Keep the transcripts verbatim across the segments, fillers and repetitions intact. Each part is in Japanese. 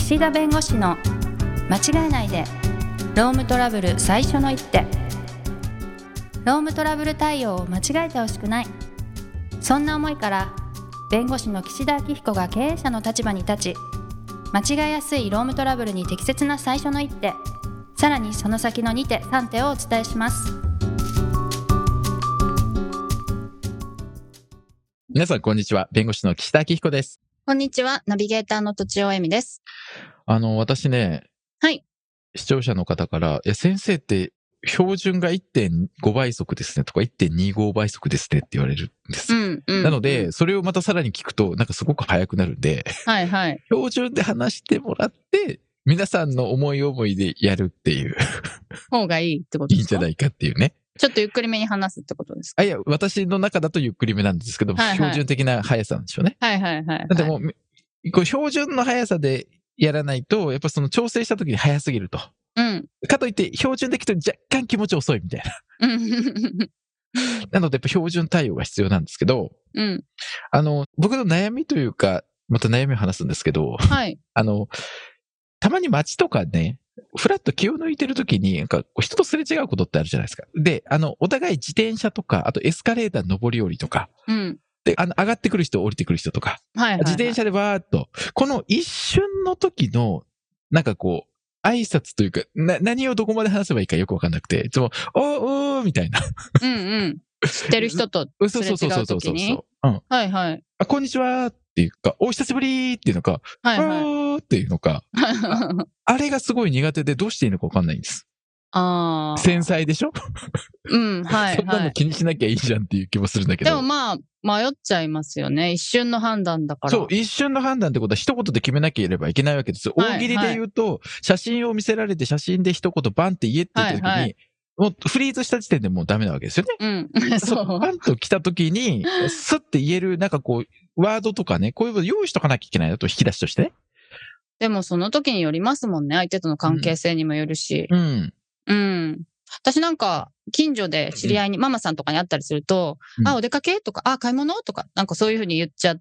岸田弁護士の間違えないでロームトラブル最初の一手。ロームトラブル対応を間違えてほしくない、そんな思いから弁護士の岸田明彦が経営者の立場に立ち、間違えやすいロームトラブルに適切な最初の一手、さらにその先のに手さん手をお伝えします。 皆さんこんにちは、弁護士の岸田明彦です。 こんにちは、ナビゲーターのとちおえみです。 あの私ね、 はい、 視聴者の方からいや先生って標準が いってんご 倍速ですねとか いってんにご 倍速ですねって言われるんです、 うんうん、 なのでそれをまたさらに聞くとなんかすごく早くなるんで、 はいはい、 標準で話してもらって皆さんの思い思いでやるっていう方がいいってことですか？ いいんじゃないかっていうね。ちょっとゆっくりめに話すってことですか？ あ、いや、私の中だとゆっくりめなんですけど、はいはい、標準的な速さなんでしょうね。 はいはいはい、はい。 だってもう、こう標準の速さでやらないと、やっぱその調整した時に速すぎると。うん。かといって、標準できると若干気持ち遅いみたいな。なので、やっぱ標準対応が必要なんですけど、うん。あの、僕の悩みというか、また悩みを話すんですけど、はい。あの、たまに街とかね、フラッと気を抜いてるときに、なんか人とすれ違うことってあるじゃないですか。で、あの、お互い自転車とか、あとエスカレーター上り下りとか、うん。で、あの、上がってくる人、降りてくる人とか、はいはいはい、自転車でわーっと、この一瞬の時の、なんかこう、挨拶というか、な、何をどこまで話せばいいかよくわかんなくて、いつも、おーおーみたいな。うんうん。知ってる人とすれ違う時に。そうそうそうそうそう。うん。はいはい。あ、こんにちはっていうか、お久しぶりっていうのか、はいはい。おーっていうのか、あ, あれがすごい苦手でどうしていいのかわかんないんです。ああ。繊細でしょ？うん、はい。そんなの気にしなきゃいいじゃんっていう気もするんだけど。でもまあ、迷っちゃいますよね。一瞬の判断だから。そう、一瞬の判断ってことは一言で決めなければいけないわけですよ。はい、大喜利で言うと、はい、写真を見せられて写真で一言バンって言えって言った時に、はいはい、もうフリーズした時点でもうダメなわけですよね。うん。そう。バンと来た時に、スッて言える、なんかこう、ワードとかね、こういうこと用意しとかなきゃいけないなと、引き出しとしてね。でもその時によりますもんね。相手との関係性にもよるし。うん。うん。私なんか、近所で知り合いに、ママさんとかに会ったりすると、うん、あ、お出かけとか、あ、買い物とか、なんかそういうふうに言っちゃって、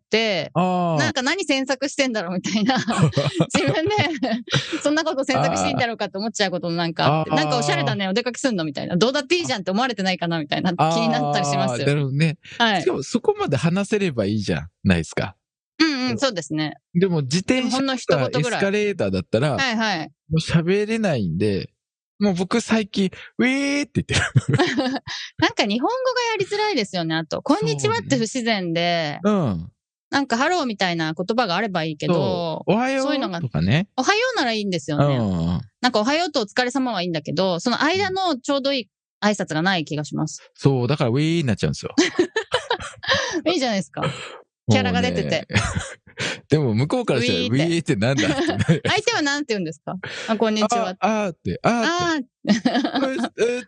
なんか何詮索してんだろうみたいな。自分で、そんなこと詮索していいんだろうかって思っちゃうこともなんかあって、なんかおしゃれだね、お出かけすんのみたいな。どうだっていいじゃんって思われてないかなみたいな気になったりしますよ。なるほどね。はい。しかもそこまで話せればいいじゃないですか。うんうん、そうですね。でも自転車とかエスカレーターだったら、はいはい。もう喋れないんで、もう僕最近、ウィーって言ってる。なんか日本語がやりづらいですよね、あと。こんにちはって不自然で。うん。なんかハローみたいな言葉があればいいけど、おはようそういうのがとかね。おはようならいいんですよね。うん。なんかおはようとお疲れ様はいいんだけど、その間のちょうどいい挨拶がない気がします。そう、だからウィーになっちゃうんですよ。いいじゃないですか。キャラが出てて。でも向こうからしたらウィーってなんだって相手はなんて言うんですか？あ、こんにちは。あーって、あーって。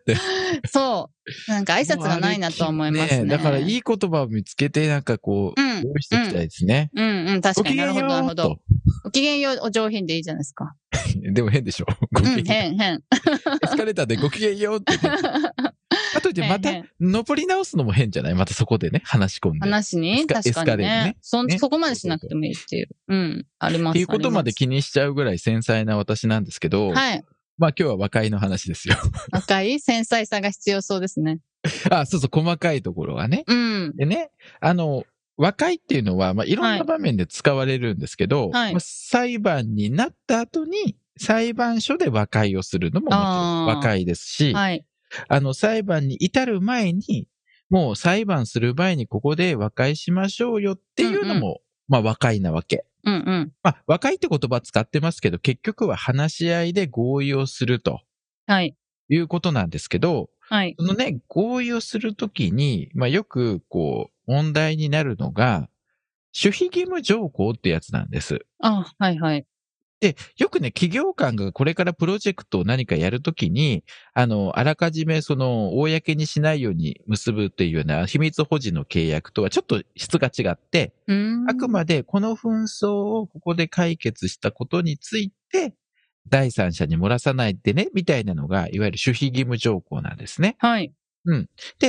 そう。なんか挨拶がないなと思いますね。だからいい言葉を見つけて、なんかこう、用意していきたいですね。うんうん、確かに。なるほど、なるほど。ごきげんようお上品でいいじゃないですか。でも変でしょ。ごきげんよう。うん、変、変。エスカレーターでごきげんようって。あとでまた登り直すのも変じゃない？またそこでね、話し込んで。話に確かにね。そ、ね、そこまでしなくてもいいっていう。うん。あります。っていうことまで気にしちゃうぐらい繊細な私なんですけど。はい。まあ今日は和解の話ですよ。和解？繊細さが必要そうですね。あ、そうそう、細かいところがね。うん。でね、あの、和解っていうのは、まあいろんな場面で使われるんですけど、はい、まあ、裁判になった後に裁判所で和解をするのももちろん和解ですし、はい。あの、裁判に至る前に、もう裁判する前にここで和解しましょうよっていうのも、うんうん、まあ和解なわけ。うんうん。まあ和解って言葉使ってますけど、結局は話し合いで合意をすると。はい。いうことなんですけど、はい。そのね、合意をするときに、まあよくこう、問題になるのが、守秘義務条項ってやつなんです。あ、はいはい。で、よくね、企業間がこれからプロジェクトを何かやるときに、あの、あらかじめその、公にしないように結ぶっていうような秘密保持の契約とはちょっと質が違って、あくまでこの紛争をここで解決したことについて、第三者に漏らさないでね、みたいなのが、いわゆる守秘義務条項なんですね。はい。うん。で、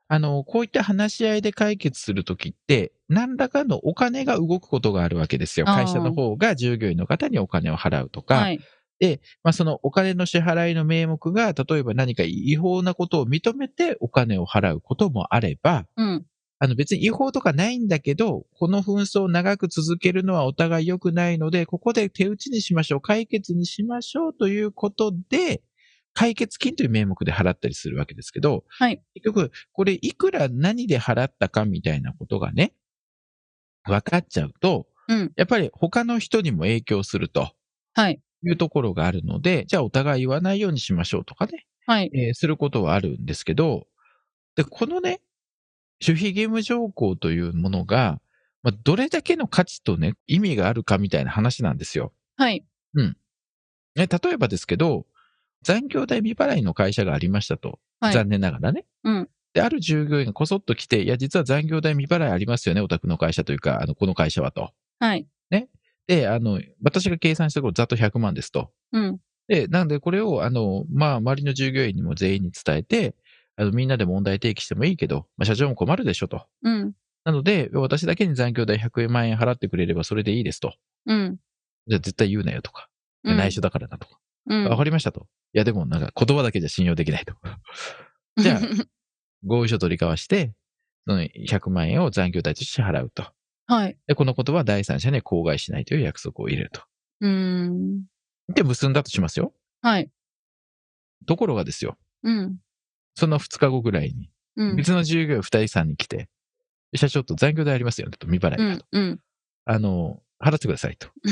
あの、こういった話し合いで解決するときって、何らかのお金が動くことがあるわけですよ。会社の方が従業員の方にお金を払うとか。はい、で、まあ、そのお金の支払いの名目が、例えば何か違法なことを認めてお金を払うこともあれば、うん、あの別に違法とかないんだけど、この紛争を長く続けるのはお互い良くないので、ここで手打ちにしましょう、解決にしましょうということで、解決金という名目で払ったりするわけですけど、はい、結局、これいくら何で払ったかみたいなことがね、分かっちゃうと、うん、やっぱり他の人にも影響すると。はい。いうところがあるので、じゃあお互い言わないようにしましょうとかね。はい。えー、することはあるんですけど、で、このね、守秘義務条項というものが、まあ、どれだけの価値とね、意味があるかみたいな話なんですよ。はい。うん。え、例えばですけど、残業代未払いの会社がありましたと。はい、残念ながらね。うん。で、ある従業員がこそっと来て、いや、実は残業代未払いありますよね、お宅の会社というか、あの、この会社はと。はい。ね。で、あの、私が計算したところざっとひゃくまんですと。うん。で、なんでこれを、あの、まあ、周りの従業員にも全員に伝えて、あの、みんなで問題提起してもいいけど、まあ、社長も困るでしょと。うん。なので、私だけに残業代ひゃくまんえん払ってくれればそれでいいですと。うん。じゃあ絶対言うなよとか。うん、内緒だからなとか。うん。わかりましたと。いや、でもなんか言葉だけじゃ信用できないと。じゃあ、合意書取り交わして、そのひゃくまんえんを残業代として払うと。はい。で、このことは第三者に口外しないという約束を入れると。うーん。で、結んだとしますよ。はい。ところがですよ。うん。そのふつかごぐらいに、うん、別の従業員ふたりさんに来て、社長と残業代ありますよねと、未払いだと。うん。うん、あの、払ってくださいと。うん。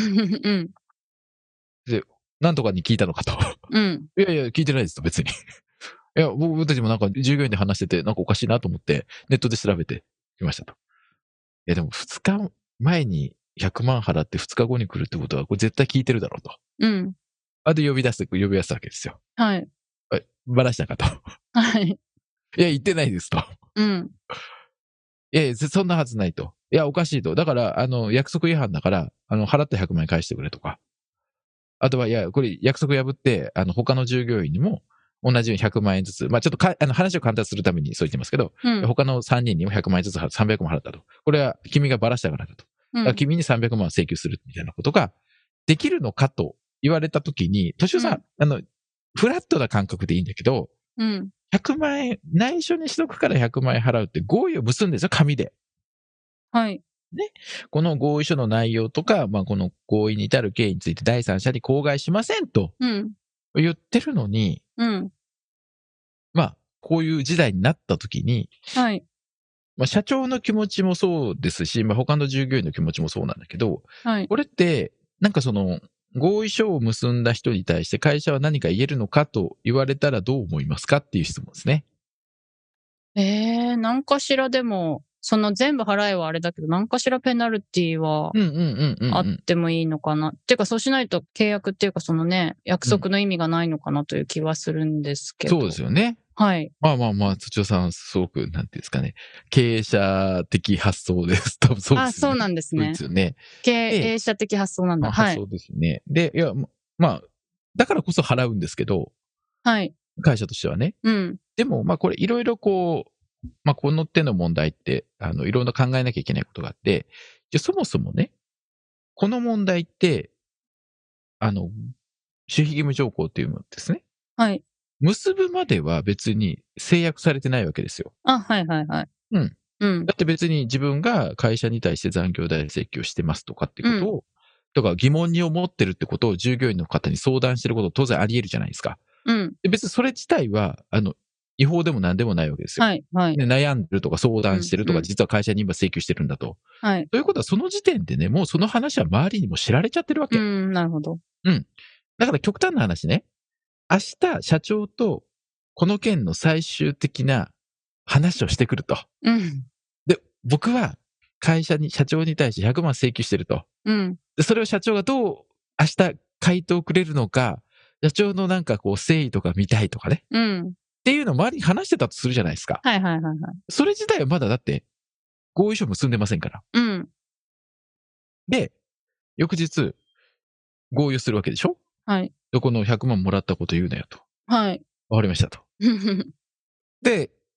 で、なんとかに聞いたのかと。うん。いやいや、聞いてないですと、別に。いや、僕たちもなんか従業員で話してて、なんかおかしいなと思って、ネットで調べてきましたと。いや、でもふつかまえにひゃくまん払ってふつかごに来るってことは、これ絶対聞いてるだろうと。うん。あで呼び出して、呼び出したわけですよ。はい。ばらしたかと。はい。いや、言ってないですと。うん。いやいや、そんなはずないと。いや、おかしいと。だから、あの、約束違反だから、あの、払ったひゃくまんえん返してくれとか。あとは、いや、これ約束破って、あの、他の従業員にも、同じようにひゃくまんえんずつ、まあちょっとか、あの、話を簡単にするためにそう言ってますけど、うん、他のさんにんにもひゃくまんえんずつさんびゃくまん払ったと。これは君がばらしたからだと。だから君にさんびゃくまん請求するみたいなことができるのかと言われたときに、途中さ、うん、あの、フラットな感覚でいいんだけど、うん、ひゃくまんえん、内緒にしとくからひゃくまんえん払うって合意を結んでるんですよ、紙で。はい。ね。この合意書の内容とか、まあこの合意に至る経緯について第三者に口外しませんと。うん言ってるのに、うん。まあ、こういう時代になった時に、はい。まあ、社長の気持ちもそうですし、まあ、他の従業員の気持ちもそうなんだけど、はい。これって、なんかその、合意書を結んだ人に対して会社は何か言えるのかと言われたらどう思いますかっていう質問ですね。 えー、何かしらでも、その全部払えはあれだけど、何かしらペナルティはあってもいいのかな。っていうか、そうしないと契約っていうか、そのね、約束の意味がないのかなという気はするんですけど。 うん、そうですよね。 はい。 まあまあまあ、土尾さん、すごく、なんていうんですかね、経営者的発想です。多分そうですね。 あ、そうなんですね。 そうですよね。 経営者的発想なんだ。 はい。発想ですね。で、いや、まあ、だからこそ払うんですけど、はい。会社としてはね。うん。でも、まあこれいろいろこう、まあ、この手の問題って、あの、いろんな考えなきゃいけないことがあって、じゃそもそもね、この問題って、あの、守秘義務条項っていうものですね。はい。結ぶまでは別に制約されてないわけですよ。 あ、はいはいはい。 うん。うん。だって別に自分が会社に対して残業代請求してますとかってことを、うん、とか疑問に思ってるってことを従業員の方に相談してること当然あり得るじゃないですか。うん。で別にそれ自体は、あの、違法でも何でもないわけですよ。はい、はい。で悩んでるとか相談してるとか、うん、実は会社に今請求してるんだと。はい。ということはその時点でね、もうその話は周りにも知られちゃってるわけ。 うん、なるほど。 うん。だから極端な話ね、明日社長とこの件の最終的な話をしてくると。うん。で、僕は会社に、社長に対してひゃくまん請求してると。うん。で、それを社長がどう明日回答くれるのか、社長のなんかこう誠意とか見たいとかね。うん。っていうのを周りに話してたとするじゃないですか。 はいはいはいはい。 それ自体はまだだって合意書結んでませんから。うん。で、翌日合意をするわけでしょ。はい。で、このひゃくまんもらったこと言うなよと。はい。わかりましたと。で、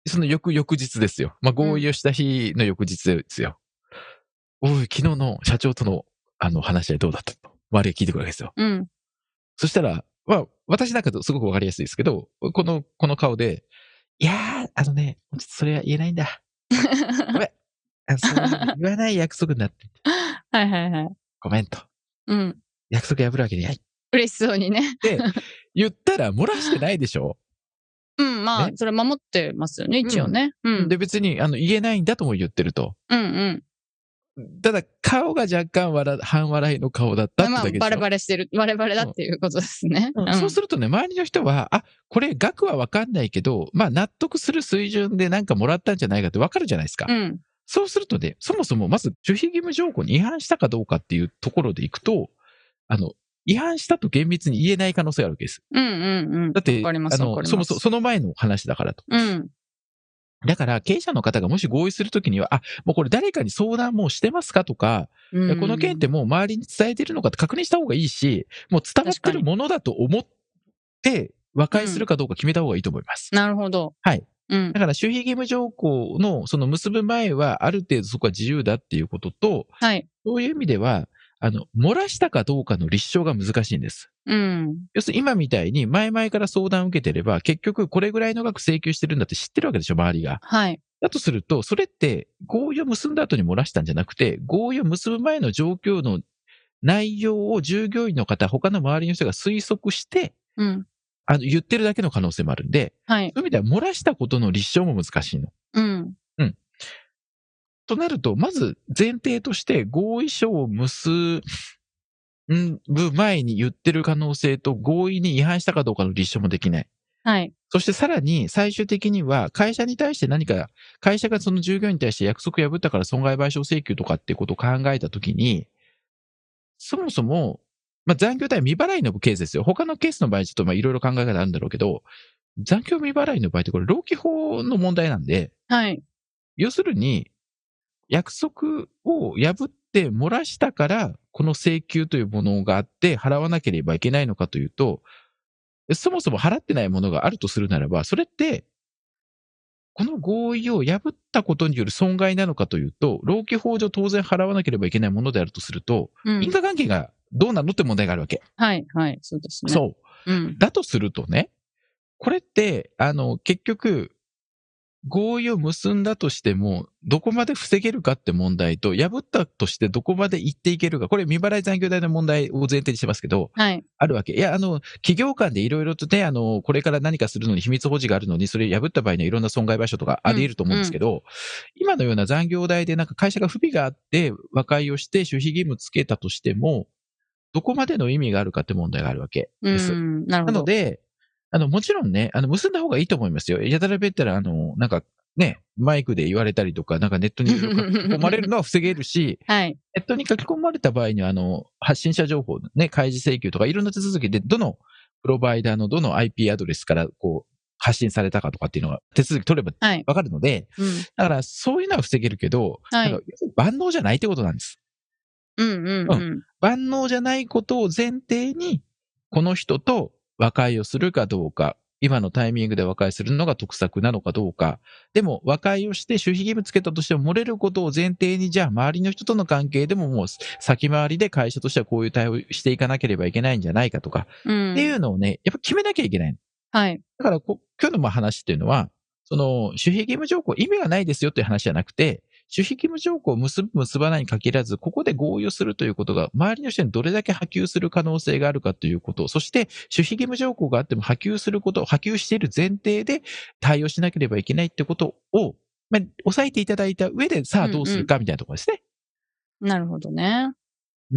その翌々日ですよ。まあ、合意をした日の翌日ですよ。うん、おい、昨日の社長との、あの、話はどうだったと。周りが聞いてくるわけですよ。 うん。そしたら、まあ、私なんかとすごくわかりやすいですけど、この、この顔で、いやー、あのね、ちょっとそれは言えないんだ。ごめん。あそういう言わない約束になって。 はいはいはい。 ごめんと。 うん。 約束破るわけにはい。 嬉しそうにね。 で、言ったら漏らしてないでしょ。 うん、まあ、ね、それ守ってますよね、一応ね。うん。うん、 で、別に、あの、言えないんだとも言ってると。 うんうん。 ただ、顔が若干笑、半笑いの顔だったってだけでしょ。 まあ、バレバレしてる、バレバレだっていうことですね。 うんうん、そうするとね、周りの人は、あ、これ額はわかんないけど、まあ、納得する水準でなんかもらったんじゃないかってわかるじゃないですか。 うん。 そうするとね、そもそもまず守秘義務条項に違反したかどうかっていうところでいくと、あの、違反したと厳密に言えない可能性があるわけです。 うんうんうん。 だって、 あの、 そもそもその前の話だからと。 うん。 だから、経営者の方がもし合意するときには、あ、もうこれ誰かに相談もうしてますかとか、うん、この件ってもう周りに伝えてるのかって確認した方がいいし、もう伝わってるものだと思って和解するかどうか決めた方がいいと思います。 うん、なるほど。 はい。 うん、 だから、守秘義務条項のその結ぶ前は、ある程度そこは自由だっていうことと、 はい。 そういう意味では、あの、漏らしたかどうかの立証が難しいんです。 うん。 要するに今みたいに前々から相談を受けてれば、結局これぐらいの額請求してるんだって知ってるわけでしょ、周りが。 はい。 だとすると、それって合意を結んだ後に漏らしたんじゃなくて、合意を結ぶ前の状況の内容を従業員の方、他の周りの人が推測して、 うん、 あの言ってるだけの可能性もあるんで、 はい、 そういう意味では漏らしたことの立証も難しいの。 うん。 うん。となると、まず前提として合意書を結ぶ前に言ってる可能性と合意に違反したかどうかの立証もできない。 はい。 そしてさらに最終的には会社に対して何か、会社がその従業員に対して約束破ったから損害賠償請求とかっていうことを考えたときに、そもそも、まあ、残業代未払いのケースですよ。他のケースの場合ちょっとまあいろいろ考え方あるんだろうけど、残業未払いの場合ってこれ労基法の問題なんで、 はい。 要するに約束を破って漏らしたからこの請求というものがあって払わなければいけないのかというと、そもそも払ってないものがあるとするならば、それって、この合意を破ったことによる損害なのかというと、労基法上当然払わなければいけないものであるとすると、うん、因果関係がどうなのって問題があるわけ。 はい、はい、そうですね。 そう。 うん、 だとするとね、これって、あの、結局、合意を結んだとしても、どこまで防げるかって問題と、破ったとしてどこまで行っていけるか、これ未払い残業代の問題を前提にしてますけど、 はい、 あるわけ。いや、あの、企業間でいろいろとね、あの、これから何かするのに秘密保持があるのに、それ破った場合にはいろんな損害賠償とかあり得ると思うんですけど、うんうん、今のような残業代でなんか会社が不備があって、和解をして守秘義務つけたとしても、どこまでの意味があるかって問題があるわけです。 うん、なるほど。 なので、あの、もちろんね、あの、結んだ方がいいと思いますよ。やたらべったら、あの、なんか、ね、マイクで言われたりとか、なんかネットに書き込まれるのは防げるし、 はい、 ネットに書き込まれた場合には、あの、発信者情報のね、開示請求とかいろんな手続きで、どのプロバイダーのどの アイピー アドレスからこう、発信されたかとかっていうのが手続き取ればわかるので、はいうん、だからそういうのは防げるけど、はい、なんか万能じゃないってことなんです。 うんうんうん。うん、 万能じゃないことを前提に、この人と和解をするかどうか、今のタイミングで和解するのが得策なのかどうか。でも和解をして守秘義務つけたとしても漏れることを前提に、じゃあ周りの人との関係でももう先回りで会社としてはこういう対応していかなければいけないんじゃないかとか、うん、っていうのをね、やっぱ決めなきゃいけない。 はい。 だからこ今日の話っていうのは、その守秘義務条項意味がないですよっていう話じゃなくて、守秘義務条項を結ぶ結ばないに限らず、ここで合意をするということが、周りの人にどれだけ波及する可能性があるかということ、そして守秘義務条項があっても波及すること、波及している前提で対応しなければいけないってことを、まあ、押さえていただいた上で、さあどうするかみたいなところですね。 うんうん、なるほどね。 うん。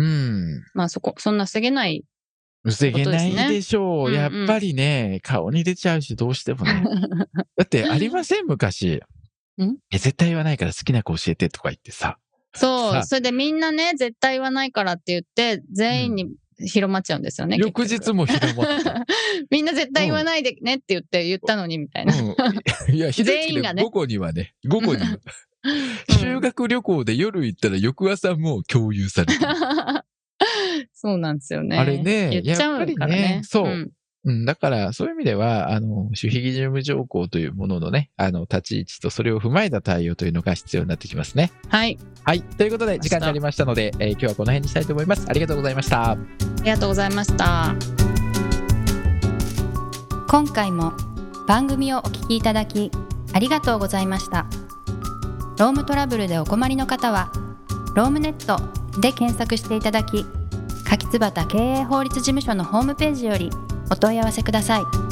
まあそこ、そんな防げない。 防げないでしょう。やっぱりね、うんうん、顔に出ちゃうし、どうしてもね。だってありません、昔。んえ、絶対言わないから好きな子教えてとか言ってさ。 そう。それでみんなね、絶対言わないからって言って、全員に広まっちゃうんですよね。 うん、翌日も広まってた。 みんな絶対言わないでねって言って言ったのにみたいな。 うん、いや、全員がね。午後にはね、午後には。修学旅行で夜行ったら翌朝もう共有されてる。 そうなんですよね。 あれね、 言っちゃうからね。 やっぱりね、そう。うんうん、だから、そういう意味では、あの、守秘義務条項というもののね、あの、立ち位置とそれを踏まえた対応というのが必要になってきますね。 はい。 はい。ということで、時間になりましたので、えー、今日はこの辺にしたいと思います。ありがとうございました。ありがとうございました。 今回も番組をお聞きいただき、ありがとうございました。ロームトラブルでお困りの方は、ロームネットで検索していただき、柿椿経営法律事務所のホームページよりお問い合わせください。